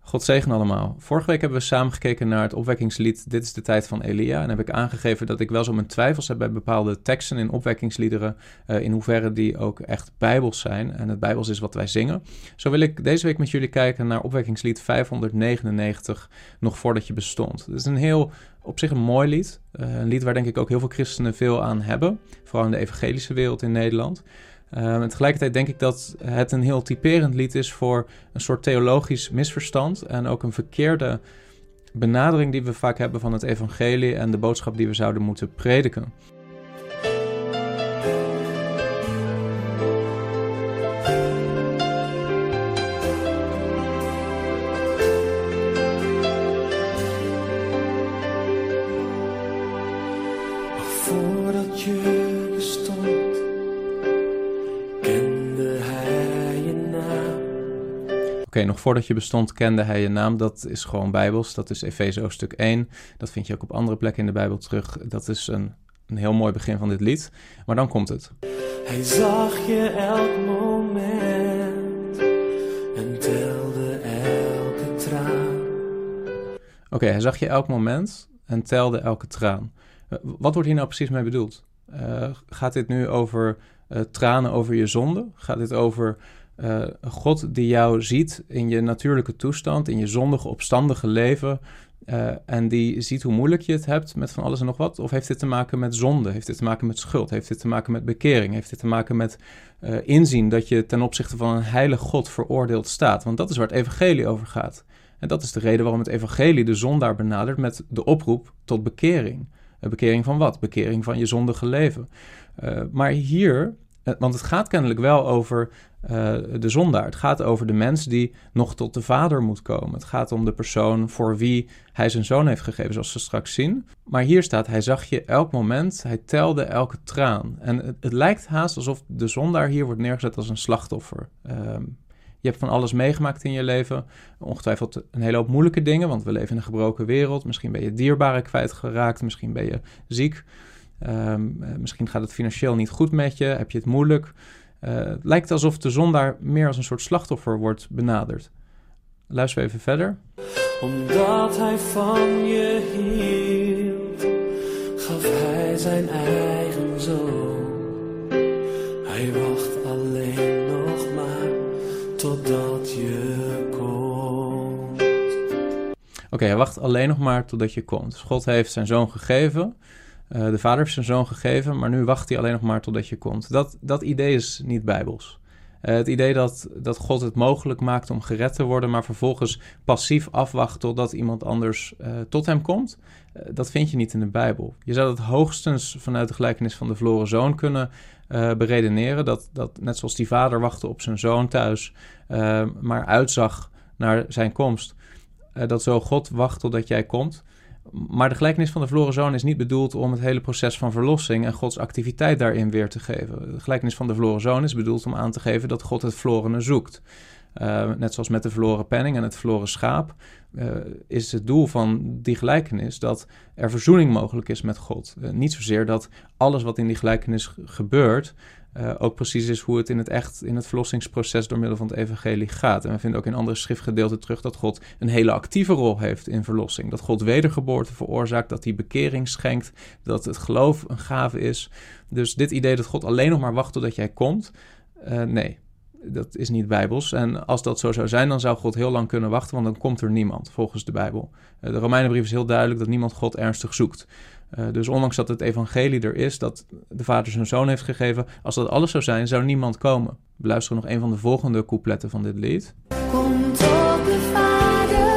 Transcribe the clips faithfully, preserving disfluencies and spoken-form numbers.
God zegen allemaal. Vorige week hebben we samen gekeken naar het opwekkingslied Dit is de tijd van Elia. En heb ik aangegeven dat ik wel zo mijn twijfels heb bij bepaalde teksten in opwekkingsliederen. Uh, in hoeverre die ook echt bijbels zijn. En het bijbels is wat wij zingen. Zo wil ik deze week met jullie kijken naar opwekkingslied vijfhonderdnegenennegentig, Nog voordat je bestond. Het is een heel, op zich een mooi lied. Uh, een lied waar denk ik ook heel veel christenen veel aan hebben. Vooral in de evangelische wereld in Nederland. Uh, en tegelijkertijd denk ik dat het een heel typerend lied is voor een soort theologisch misverstand en ook een verkeerde benadering die we vaak hebben van het evangelie en de boodschap die we zouden moeten prediken. Voordat je bestond, kende hij je naam. Oké, okay, nog voordat je bestond kende hij je naam. Dat is gewoon bijbels. Dat is Efeze hoofdstuk één. Dat vind je ook op andere plekken in de Bijbel terug. Dat is een, een heel mooi begin van dit lied. Maar dan komt het. Hij zag je elk moment en telde elke traan. Oké, okay, hij zag je elk moment en telde elke traan. Wat wordt hier nou precies mee bedoeld? Uh, gaat dit nu over uh, tranen over je zonde? Gaat dit over uh, God die jou ziet in je natuurlijke toestand, in je zondige, opstandige leven, uh, en die ziet hoe moeilijk je het hebt met van alles en nog wat? Of heeft dit te maken met zonde? Heeft dit te maken met schuld? Heeft dit te maken met bekering? Heeft dit te maken met uh, inzien dat je ten opzichte van een heilig God veroordeeld staat? Want dat is waar het evangelie over gaat. En dat is de reden waarom het evangelie de zondaar benadert met de oproep tot bekering. Bekering van wat? Bekering van je zondige leven. Uh, maar hier, want het gaat kennelijk wel over uh, de zondaar. Het gaat over de mens die nog tot de Vader moet komen. Het gaat om de persoon voor wie hij zijn zoon heeft gegeven, zoals we straks zien. Maar hier staat, hij zag je elk moment, hij telde elke traan. En het, het lijkt haast alsof de zondaar hier wordt neergezet als een slachtoffer. Um, Je hebt van alles meegemaakt in je leven. Ongetwijfeld een hele hoop moeilijke dingen, want we leven in een gebroken wereld. Misschien ben je dierbaren kwijtgeraakt, misschien ben je ziek. Um, misschien gaat het financieel niet goed met je, heb je het moeilijk. Uh, het lijkt alsof de zondaar meer als een soort slachtoffer wordt benaderd. Luister even verder. Omdat hij van je hield, gaf hij zijn eigen zoon. Hij wacht alleen nog maar totdat je komt. Oké, okay, hij wacht alleen nog maar totdat je komt. Dus God heeft zijn zoon gegeven. Uh, de vader heeft zijn zoon gegeven, maar nu wacht hij alleen nog maar totdat je komt. Dat, dat idee is niet bijbels. Uh, het idee dat, dat God het mogelijk maakt om gered te worden, maar vervolgens passief afwacht totdat iemand anders uh, tot hem komt, uh, dat vind je niet in de Bijbel. Je zou dat hoogstens vanuit de gelijkenis van de verloren zoon kunnen uh, beredeneren. Dat, dat net zoals die vader wachtte op zijn zoon thuis, uh, maar uitzag naar zijn komst, uh, dat zo God wacht totdat jij komt. Maar de gelijkenis van de verloren zoon is niet bedoeld om het hele proces van verlossing en Gods activiteit daarin weer te geven. De gelijkenis van de verloren zoon is bedoeld om aan te geven dat God het verlorene zoekt. Uh, net zoals met de verloren penning en het verloren schaap, uh, is het doel van die gelijkenis dat er verzoening mogelijk is met God. Uh, niet zozeer dat alles wat in die gelijkenis gebeurt Uh, ook precies is hoe het in het echt, in het verlossingsproces door middel van het evangelie gaat. En we vinden ook in andere schriftgedeelten terug dat God een hele actieve rol heeft in verlossing. Dat God wedergeboorte veroorzaakt, dat hij bekering schenkt, dat het geloof een gave is. Dus dit idee dat God alleen nog maar wacht totdat jij komt, uh, nee, dat is niet bijbels. En als dat zo zou zijn, dan zou God heel lang kunnen wachten, want dan komt er niemand, volgens de Bijbel. Uh, de Romeinenbrief is heel duidelijk dat niemand God ernstig zoekt. Uh, dus ondanks dat het evangelie er is, dat de vader zijn zoon heeft gegeven, als dat alles zou zijn, zou niemand komen. We luisteren nog een van de volgende coupletten van dit lied. Kom tot de Vader,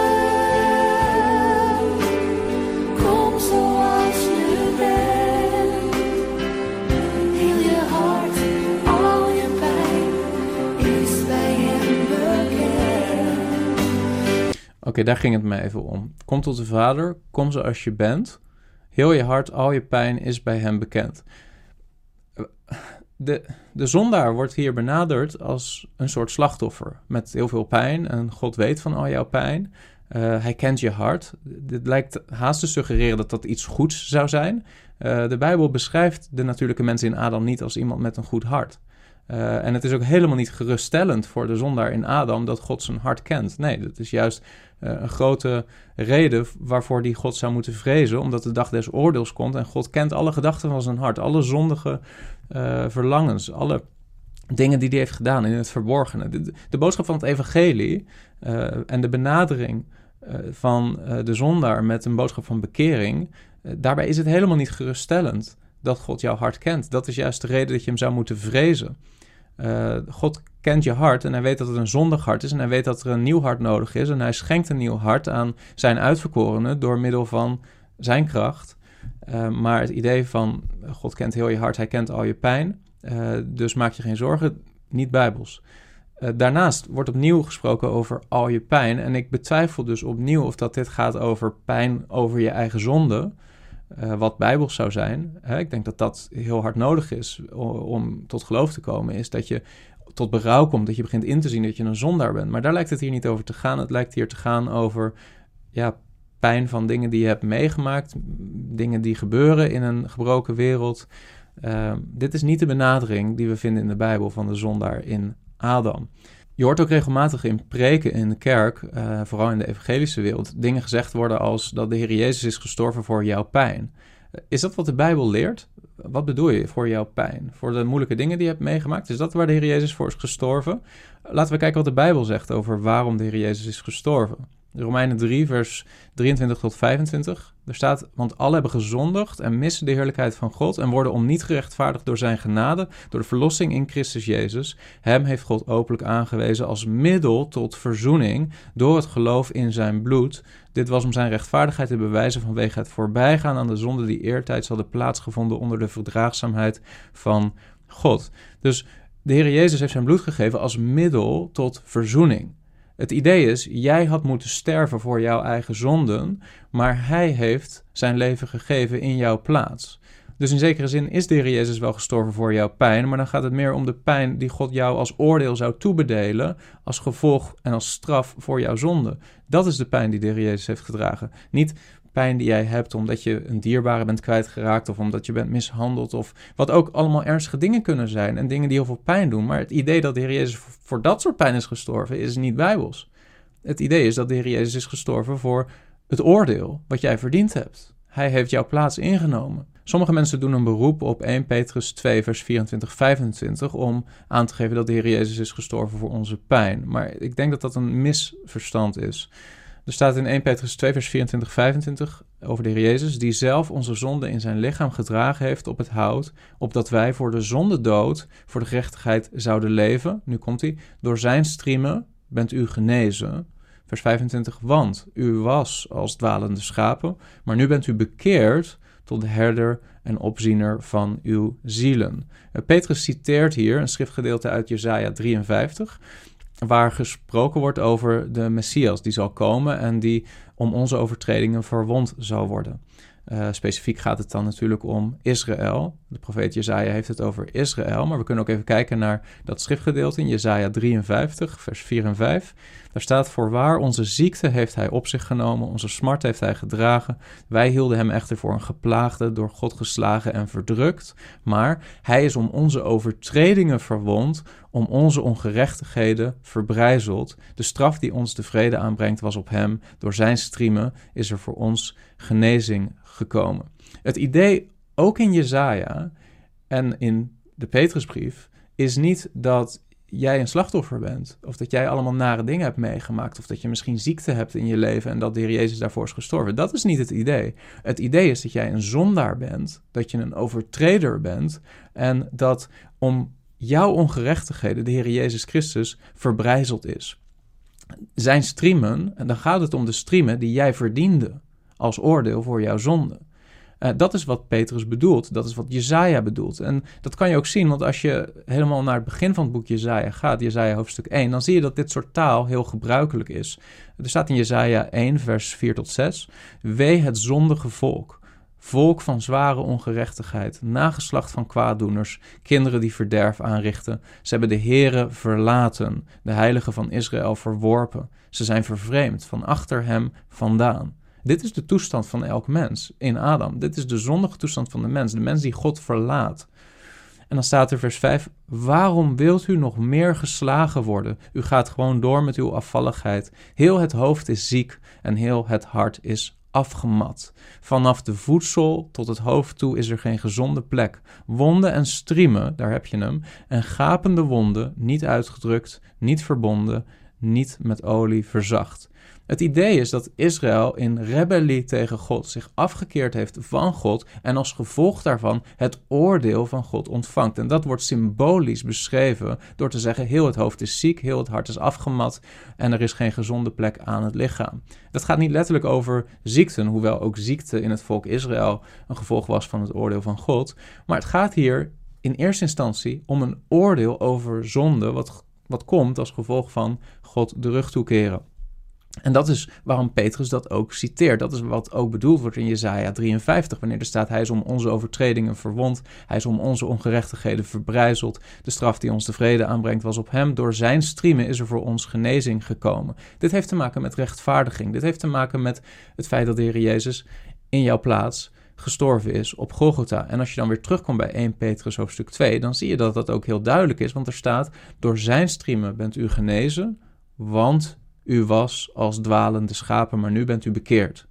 kom zoals je bent. Heel je hart, al je pijn is bij hem bekend. Oké, okay, daar ging het me even om. Kom tot de Vader, kom zoals je bent. Heel je hart, al je pijn is bij hem bekend. De, de zondaar wordt hier benaderd als een soort slachtoffer met heel veel pijn. En God weet van al jouw pijn. Uh, hij kent je hart. Dit lijkt haast te suggereren dat dat iets goeds zou zijn. Uh, de Bijbel beschrijft de natuurlijke mens in Adam niet als iemand met een goed hart. Uh, en het is ook helemaal niet geruststellend voor de zondaar in Adam dat God zijn hart kent. Nee, dat is juist uh, een grote reden waarvoor die God zou moeten vrezen, omdat de dag des oordeels komt en God kent alle gedachten van zijn hart, alle zondige uh, verlangens, alle dingen die hij heeft gedaan in het verborgene. De, de boodschap van het evangelie uh, en de benadering uh, van uh, de zondaar met een boodschap van bekering, uh, daarbij is het helemaal niet geruststellend dat God jouw hart kent. Dat is juist de reden dat je hem zou moeten vrezen. Uh, God kent je hart en hij weet dat het een zondig hart is en hij weet dat er een nieuw hart nodig is en hij schenkt een nieuw hart aan zijn uitverkorenen door middel van zijn kracht. Uh, maar het idee van God kent heel je hart, hij kent al je pijn, uh, dus maak je geen zorgen, niet bijbels. Uh, daarnaast wordt opnieuw gesproken over al je pijn en ik betwijfel dus opnieuw of dat dit gaat over pijn over je eigen zonde, Uh, wat bijbels zou zijn. Hè, ik denk dat dat heel hard nodig is om, om tot geloof te komen, is dat je tot berouw komt, dat je begint in te zien dat je een zondaar bent. Maar daar lijkt het hier niet over te gaan. Het lijkt hier te gaan over ja, pijn van dingen die je hebt meegemaakt, dingen die gebeuren in een gebroken wereld. Uh, dit is niet de benadering die we vinden in de Bijbel van de zondaar in Adam. Je hoort ook regelmatig in preken in de kerk, uh, vooral in de evangelische wereld, dingen gezegd worden als dat de Heer Jezus is gestorven voor jouw pijn. Is dat wat de Bijbel leert? Wat bedoel je voor jouw pijn? Voor de moeilijke dingen die je hebt meegemaakt? Is dat waar de Heer Jezus voor is gestorven? Laten we kijken wat de Bijbel zegt over waarom de Heer Jezus is gestorven. Romeinen drie, vers drieëntwintig tot vijfentwintig. Er staat, want alle hebben gezondigd en missen de heerlijkheid van God en worden om niet gerechtvaardigd door zijn genade, door de verlossing in Christus Jezus. Hem heeft God openlijk aangewezen als middel tot verzoening door het geloof in zijn bloed. Dit was om zijn rechtvaardigheid te bewijzen vanwege het voorbijgaan aan de zonde die eertijds hadden plaatsgevonden onder de verdraagzaamheid van God. Dus de Heer Jezus heeft zijn bloed gegeven als middel tot verzoening. Het idee is, jij had moeten sterven voor jouw eigen zonden, maar hij heeft zijn leven gegeven in jouw plaats. Dus in zekere zin is de Heer Jezus wel gestorven voor jouw pijn, maar dan gaat het meer om de pijn die God jou als oordeel zou toebedelen, als gevolg en als straf voor jouw zonde. Dat is de pijn die de Heer Jezus heeft gedragen. Niet pijn die jij hebt omdat je een dierbare bent kwijtgeraakt of omdat je bent mishandeld of wat ook allemaal ernstige dingen kunnen zijn en dingen die heel veel pijn doen. Maar het idee dat de Heer Jezus voor dat soort pijn is gestorven is niet bijbels. Het idee is dat de Heer Jezus is gestorven voor het oordeel wat jij verdiend hebt. Hij heeft jouw plaats ingenomen. Sommige mensen doen een beroep op eerste Petrus twee vers vierentwintig vijfentwintig om aan te geven dat de Heer Jezus is gestorven voor onze pijn. Maar ik denk dat dat een misverstand is. Er staat in eerste Petrus twee vers vierentwintig vijfentwintig over de Heer Jezus, die zelf onze zonde in zijn lichaam gedragen heeft op het hout, opdat wij voor de zonde dood, voor de gerechtigheid zouden leven. Nu komt hij, door zijn striemen bent u genezen. Vers vijfentwintig, want u was als dwalende schapen, maar nu bent u bekeerd tot de herder en opziener van uw zielen. Petrus citeert hier een schriftgedeelte uit Jesaja drieënvijftig, waar gesproken wordt over de Messias die zal komen en die om onze overtredingen verwond zal worden. Uh, specifiek gaat het dan natuurlijk om Israël. De profeet Jesaja heeft het over Israël, maar we kunnen ook even kijken naar dat schriftgedeelte in Jesaja drieënvijftig, vers vier en vijf. Daar staat, voorwaar onze ziekte heeft hij op zich genomen, onze smart heeft hij gedragen. Wij hielden hem echter voor een geplaagde, door God geslagen en verdrukt. Maar hij is om onze overtredingen verwond, om onze ongerechtigheden verbrijzeld. De straf die ons de vrede aanbrengt was op hem. Door zijn striemen is er voor ons genezing gekomen. Het idee, ook in Jesaja en in de Petrusbrief, is niet dat jij een slachtoffer bent, of dat jij allemaal nare dingen hebt meegemaakt, of dat je misschien ziekte hebt in je leven en dat de Heer Jezus daarvoor is gestorven. Dat is niet het idee. Het idee is dat jij een zondaar bent, dat je een overtreder bent en dat om jouw ongerechtigheden de Heer Jezus Christus verbrijzeld is. Zijn striemen, en dan gaat het om de striemen die jij verdiende als oordeel voor jouw zonde. Uh, dat is wat Petrus bedoelt, dat is wat Jesaja bedoelt. En dat kan je ook zien, want als je helemaal naar het begin van het boek Jesaja gaat, Jesaja hoofdstuk één, dan zie je dat dit soort taal heel gebruikelijk is. Er staat in Jesaja één, vers vier tot zes, wee het zondige volk, volk van zware ongerechtigheid, nageslacht van kwaaddoeners, kinderen die verderf aanrichten. Ze hebben de Heere verlaten, de Heilige van Israël verworpen. Ze zijn vervreemd van achter hem vandaan. Dit is de toestand van elk mens in Adam. Dit is de zondige toestand van de mens, de mens die God verlaat. En dan staat er vers vijf, waarom wilt u nog meer geslagen worden? U gaat gewoon door met uw afvalligheid. Heel het hoofd is ziek en heel het hart is afgemat. Vanaf de voedsel tot het hoofd toe is er geen gezonde plek. Wonden en striemen, daar heb je hem, en gapende wonden, niet uitgedrukt, niet verbonden, niet met olie verzacht. Het idee is dat Israël in rebellie tegen God zich afgekeerd heeft van God en als gevolg daarvan het oordeel van God ontvangt. En dat wordt symbolisch beschreven door te zeggen, heel het hoofd is ziek, heel het hart is afgemat en er is geen gezonde plek aan het lichaam. Dat gaat niet letterlijk over ziekten, hoewel ook ziekte in het volk Israël een gevolg was van het oordeel van God. Maar het gaat hier in eerste instantie om een oordeel over zonde, wat, wat komt als gevolg van God de rug toekeren. En dat is waarom Petrus dat ook citeert. Dat is wat ook bedoeld wordt in Jesaja drieënvijftig, wanneer er staat, hij is om onze overtredingen verwond, hij is om onze ongerechtigheden verbrijzeld. De straf die ons de vrede aanbrengt was op hem. Door zijn striemen is er voor ons genezing gekomen. Dit heeft te maken met rechtvaardiging. Dit heeft te maken met het feit dat de Heer Jezus in jouw plaats gestorven is op Golgotha. En als je dan weer terugkomt bij eerste Petrus hoofdstuk twee, dan zie je dat dat ook heel duidelijk is, want er staat, door zijn striemen bent u genezen, want u was als dwalende schapen, maar nu bent u bekeerd.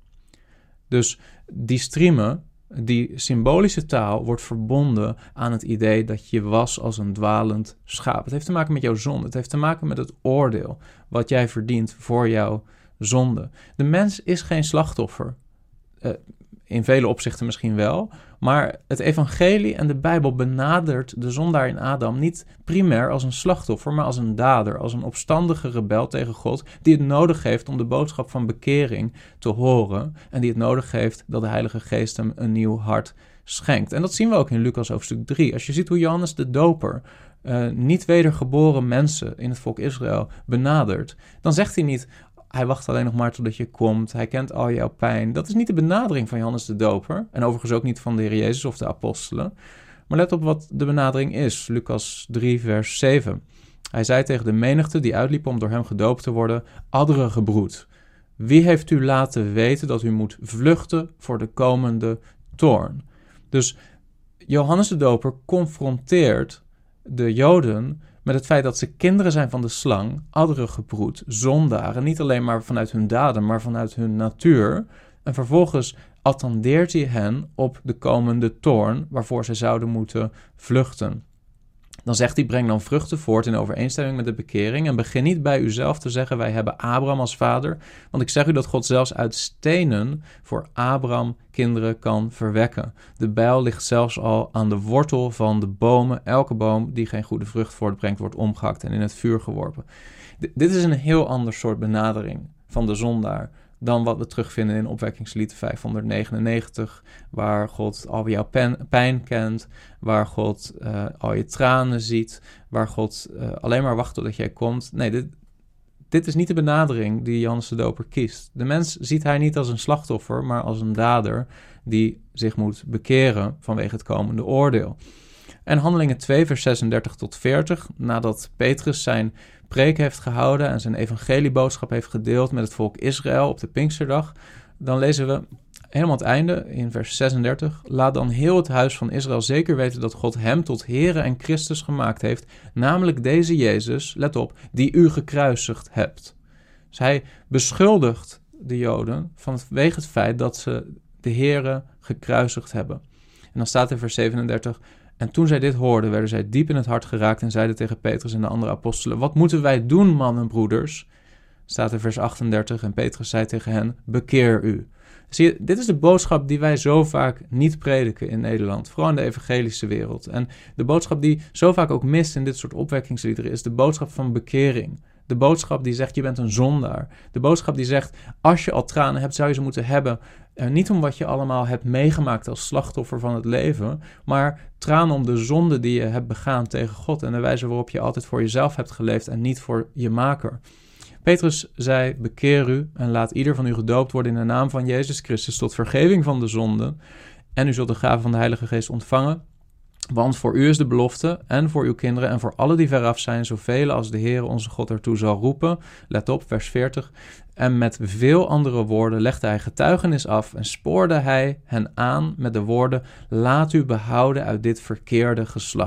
Dus die striemen, die symbolische taal, wordt verbonden aan het idee dat je was als een dwalend schaap. Het heeft te maken met jouw zonde. Het heeft te maken met het oordeel wat jij verdient voor jouw zonde. De mens is geen slachtoffer. Uh, in vele opzichten misschien wel. Maar het evangelie en de Bijbel benadert de zondaar in Adam niet primair als een slachtoffer, maar als een dader, als een opstandige rebel tegen God, die het nodig heeft om de boodschap van bekering te horen en die het nodig heeft dat de Heilige Geest hem een nieuw hart schenkt. En dat zien we ook in Lucas hoofdstuk drie. Als je ziet hoe Johannes de Doper uh, niet wedergeboren mensen in het volk Israël benadert, dan zegt hij niet, hij wacht alleen nog maar totdat je komt. Hij kent al jouw pijn. Dat is niet de benadering van Johannes de Doper. En overigens ook niet van de Heer Jezus of de apostelen. Maar let op wat de benadering is. Lucas drie vers zeven. Hij zei tegen de menigte die uitliep om door hem gedoopt te worden, adderige broed. Wie heeft u laten weten dat u moet vluchten voor de komende toorn? Dus Johannes de Doper confronteert de Joden met het feit dat ze kinderen zijn van de slang, adderige broed, zondaren, niet alleen maar vanuit hun daden, maar vanuit hun natuur. En vervolgens attendeert hij hen op de komende toorn, waarvoor ze zouden moeten vluchten. Dan zegt hij, breng dan vruchten voort in overeenstemming met de bekering en begin niet bij uzelf te zeggen, wij hebben Abraham als vader, want ik zeg u dat God zelfs uit stenen voor Abraham kinderen kan verwekken. De bijl ligt zelfs al aan de wortel van de bomen. Elke boom die geen goede vrucht voortbrengt, wordt omgehakt en in het vuur geworpen. D- dit is een heel ander soort benadering van de zondaar dan wat we terugvinden in opwekkingslied vijfhonderdnegenennegentig, waar God al jouw pen, pijn kent, waar God uh, al je tranen ziet, waar God uh, alleen maar wacht totdat jij komt. Nee, dit, dit is niet de benadering die Johannes de Doper kiest. De mens ziet hij niet als een slachtoffer, maar als een dader die zich moet bekeren vanwege het komende oordeel. En Handelingen twee vers zesendertig tot veertig, nadat Petrus zijn preek heeft gehouden en zijn evangelieboodschap heeft gedeeld met het volk Israël op de Pinksterdag, dan lezen we helemaal het einde in vers zesendertig. Laat dan heel het huis van Israël zeker weten dat God hem tot Here en Christus gemaakt heeft, namelijk deze Jezus, let op, die u gekruisigd hebt. Dus hij beschuldigt de Joden vanwege het feit dat ze de Here gekruisigd hebben. En dan staat in vers zevenendertig, en toen zij dit hoorden, werden zij diep in het hart geraakt en zeiden tegen Petrus en de andere apostelen, wat moeten wij doen, mannen en broeders? Staat in vers achtendertig, en Petrus zei tegen hen, bekeer u. Zie je, dit is de boodschap die wij zo vaak niet prediken in Nederland, vooral in de evangelische wereld. En de boodschap die zo vaak ook mist in dit soort opwekkingsliederen is de boodschap van bekering. De boodschap die zegt, je bent een zondaar. De boodschap die zegt, als je al tranen hebt, zou je ze moeten hebben. Uh, niet om wat je allemaal hebt meegemaakt als slachtoffer van het leven, maar tranen om de zonde die je hebt begaan tegen God en de wijze waarop je altijd voor jezelf hebt geleefd en niet voor je maker. Petrus zei, bekeer u en laat ieder van u gedoopt worden in de naam van Jezus Christus tot vergeving van de zonden en u zult de gave van de Heilige Geest ontvangen. Want voor u is de belofte en voor uw kinderen en voor alle die veraf zijn, zoveel als de Heere onze God ertoe zal roepen. Let op, vers veertig. En met veel andere woorden legde hij getuigenis af en spoorde hij hen aan met de woorden, laat u behouden uit dit verkeerde geslacht.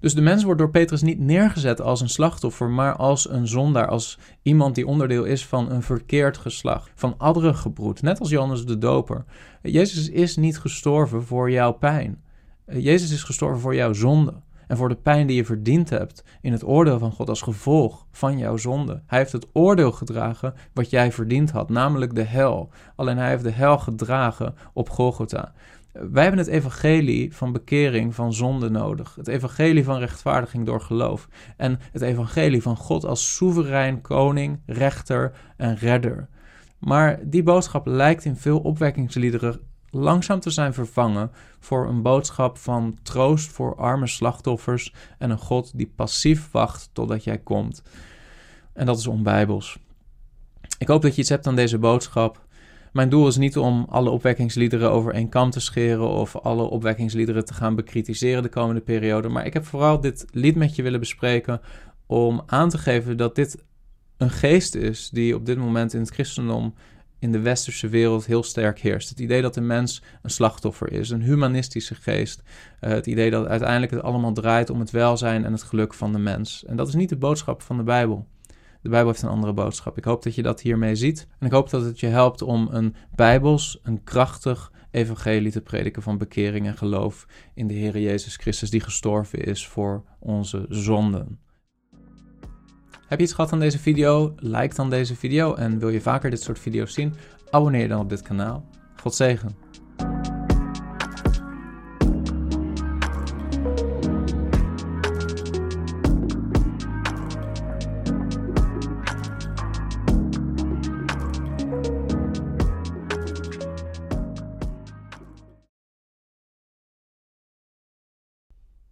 Dus de mens wordt door Petrus niet neergezet als een slachtoffer, maar als een zondaar, als iemand die onderdeel is van een verkeerd geslacht, van andere gebroed, net als Johannes de Doper. Jezus is niet gestorven voor jouw pijn. Jezus is gestorven voor jouw zonde en voor de pijn die je verdiend hebt in het oordeel van God als gevolg van jouw zonde. Hij heeft het oordeel gedragen wat jij verdiend had, namelijk de hel. Alleen hij heeft de hel gedragen op Golgotha. Wij hebben het evangelie van bekering van zonde nodig. Het evangelie van rechtvaardiging door geloof. En het evangelie van God als soeverein koning, rechter en redder. Maar die boodschap lijkt in veel opwekkingsliederen langzaam te zijn vervangen voor een boodschap van troost voor arme slachtoffers en een God die passief wacht totdat jij komt. En dat is onbijbels. Ik hoop dat je iets hebt aan deze boodschap. Mijn doel is niet om alle opwekkingsliederen over één kam te scheren of alle opwekkingsliederen te gaan bekritiseren de komende periode. Maar ik heb vooral dit lied met je willen bespreken om aan te geven dat dit een geest is die op dit moment in het christendom in de westerse wereld heel sterk heerst. Het idee dat de mens een slachtoffer is, een humanistische geest. Uh, het idee dat uiteindelijk het allemaal draait om het welzijn en het geluk van de mens. En dat is niet de boodschap van de Bijbel. De Bijbel heeft een andere boodschap. Ik hoop dat je dat hiermee ziet. En ik hoop dat het je helpt om een bijbels, een krachtig evangelie te prediken van bekering en geloof in de Heer Jezus Christus die gestorven is voor onze zonden. Heb je iets gehad aan deze video? Like dan deze video en wil je vaker dit soort video's zien? Abonneer je dan op dit kanaal. God zegen.